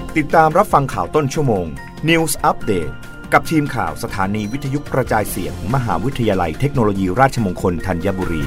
ติดตามรับฟังข่าวต้นชั่วโมง News Update กับทีมข่าวสถานีวิทยุกระจายเสียง มหาวิทยาลัยเทคโนโลยีราชมงคลธัญบุรี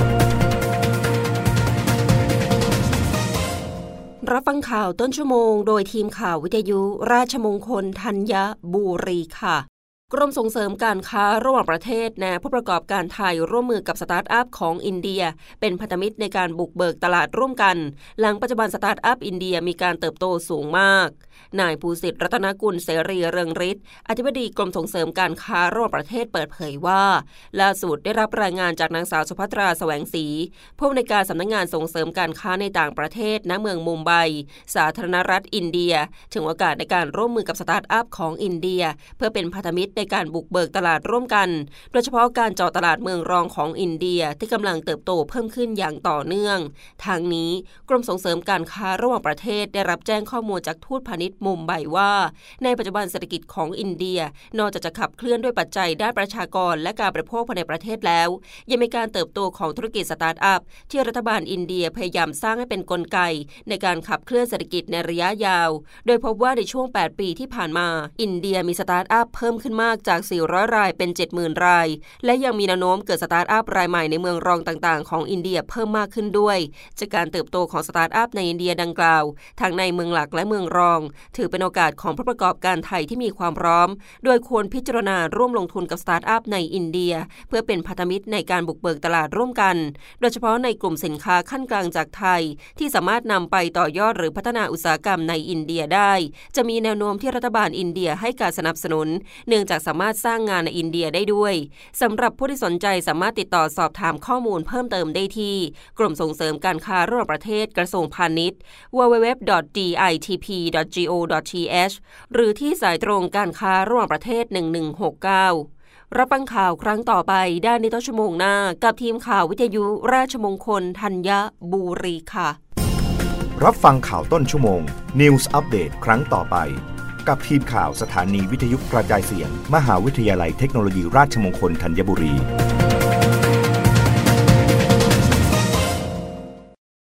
รับฟังข่าวต้นชั่วโมงโดยทีมข่าววิทยุราชมงคลธัญบุรีค่ะกรมส่งเสริมการค้าระหว่างประเทศแนะผู้ประกอบการไทยร่วมมือกับสตาร์ทอัพของอินเดียเป็นพันธมิตรในการบุกเบิกตลาดร่วมกันหลังปัจจุบันสตาร์ทอัพอินเดียมีการเติบโตสูงมากนายภูสิทธิ์รัตนกุลเสรีเรืองฤทธิ์อธิบดีกรมส่งเสริมการค้าระหว่างประเทศเปิดเผยว่าล่าสุดได้รับรายงานจากนางสาวสุภัทราแสวงศรีผู้อำนวยการสำนักงานส่งเสริมการค้าในต่างประเทศณเมืองมุมไบสาธารณรัฐอินเดียถึงโอกาสในการร่วมมือกับสตาร์ทอัพของอินเดียเพื่อเป็นพันธมิตรในการบุกเบิกตลาดร่วมกันโดยเฉพาะการเจาะตลาดเมืองรองของอินเดียที่กำลังเติบโตเพิ่มขึ้นอย่างต่อเนื่องทางนี้กรมส่งเสริมการค้าระหว่างประเทศได้รับแจ้งข้อมูลจากทูตพาณิชย์มุมไบว่าในปัจจุบันเศรษฐกิจของอินเดียนอกจากจะขับเคลื่อนด้วยปัจจัยด้านประชากรและการบริโภคภายในประเทศแล้วยังมีการเติบโตของธุรกิจสตาร์ทอัพที่รัฐบาลอินเดียพยายามสร้างให้เป็นกลไกในการขับเคลื่อนเศรษฐกิจในระยะยาวโดยพบว่าในช่วง8ปีที่ผ่านมาอินเดียมีสตาร์ทอัพเพิ่มขึ้นมากจาก400รายเป็น 70,000 รายและยังมีแนวโน้มเกิดสตาร์ทอัพรายใหม่ในเมืองรองต่างๆของอินเดียเพิ่มมากขึ้นด้วยจากการเติบโตของสตาร์ทอัพในอินเดียดังกล่าวทั้งในเมืองหลักและเมืองรองถือเป็นโอกาสของผู้ประกอบการไทยที่มีความพร้อมโดยควรพิจารณาร่วมลงทุนกับสตาร์ทอัพในอินเดียเพื่อเป็นพันธมิตรในการบุกเบิกตลาดร่วมกันโดยเฉพาะในกลุ่มสินค้าขั้นกลางจากไทยที่สามารถนำไปต่อยอดหรือพัฒนาอุตสาหกรรมในอินเดียได้จะมีแนวโน้มที่รัฐบาลอินเดียให้การสนับสนุนเนื่องจากสามารถสร้างงานในอินเดียได้ด้วยสำหรับผู้ที่สนใจสามารถติดต่อสอบถามข้อมูลเพิ่มเติมได้ที่กรมส่งเสริมการค้าระหว่างประเทศกระทรวงพาณิชย์ www.ditp.go.th หรือที่สายตรงการค้าระหว่างประเทศ1169รับฟังข่าวครั้งต่อไปได้ในต้นชั่วโมงหน้ากับทีมข่าววิทยุราชมงคลธัญบุรีค่ะรับฟังข่าวต้นชั่วโมง News Update ครั้งต่อไปกับทีมข่าวสถานีวิทยุกระจายเสียงมหาวิทยาลัยเทคโนโลยีราชมงคลธัญบุรี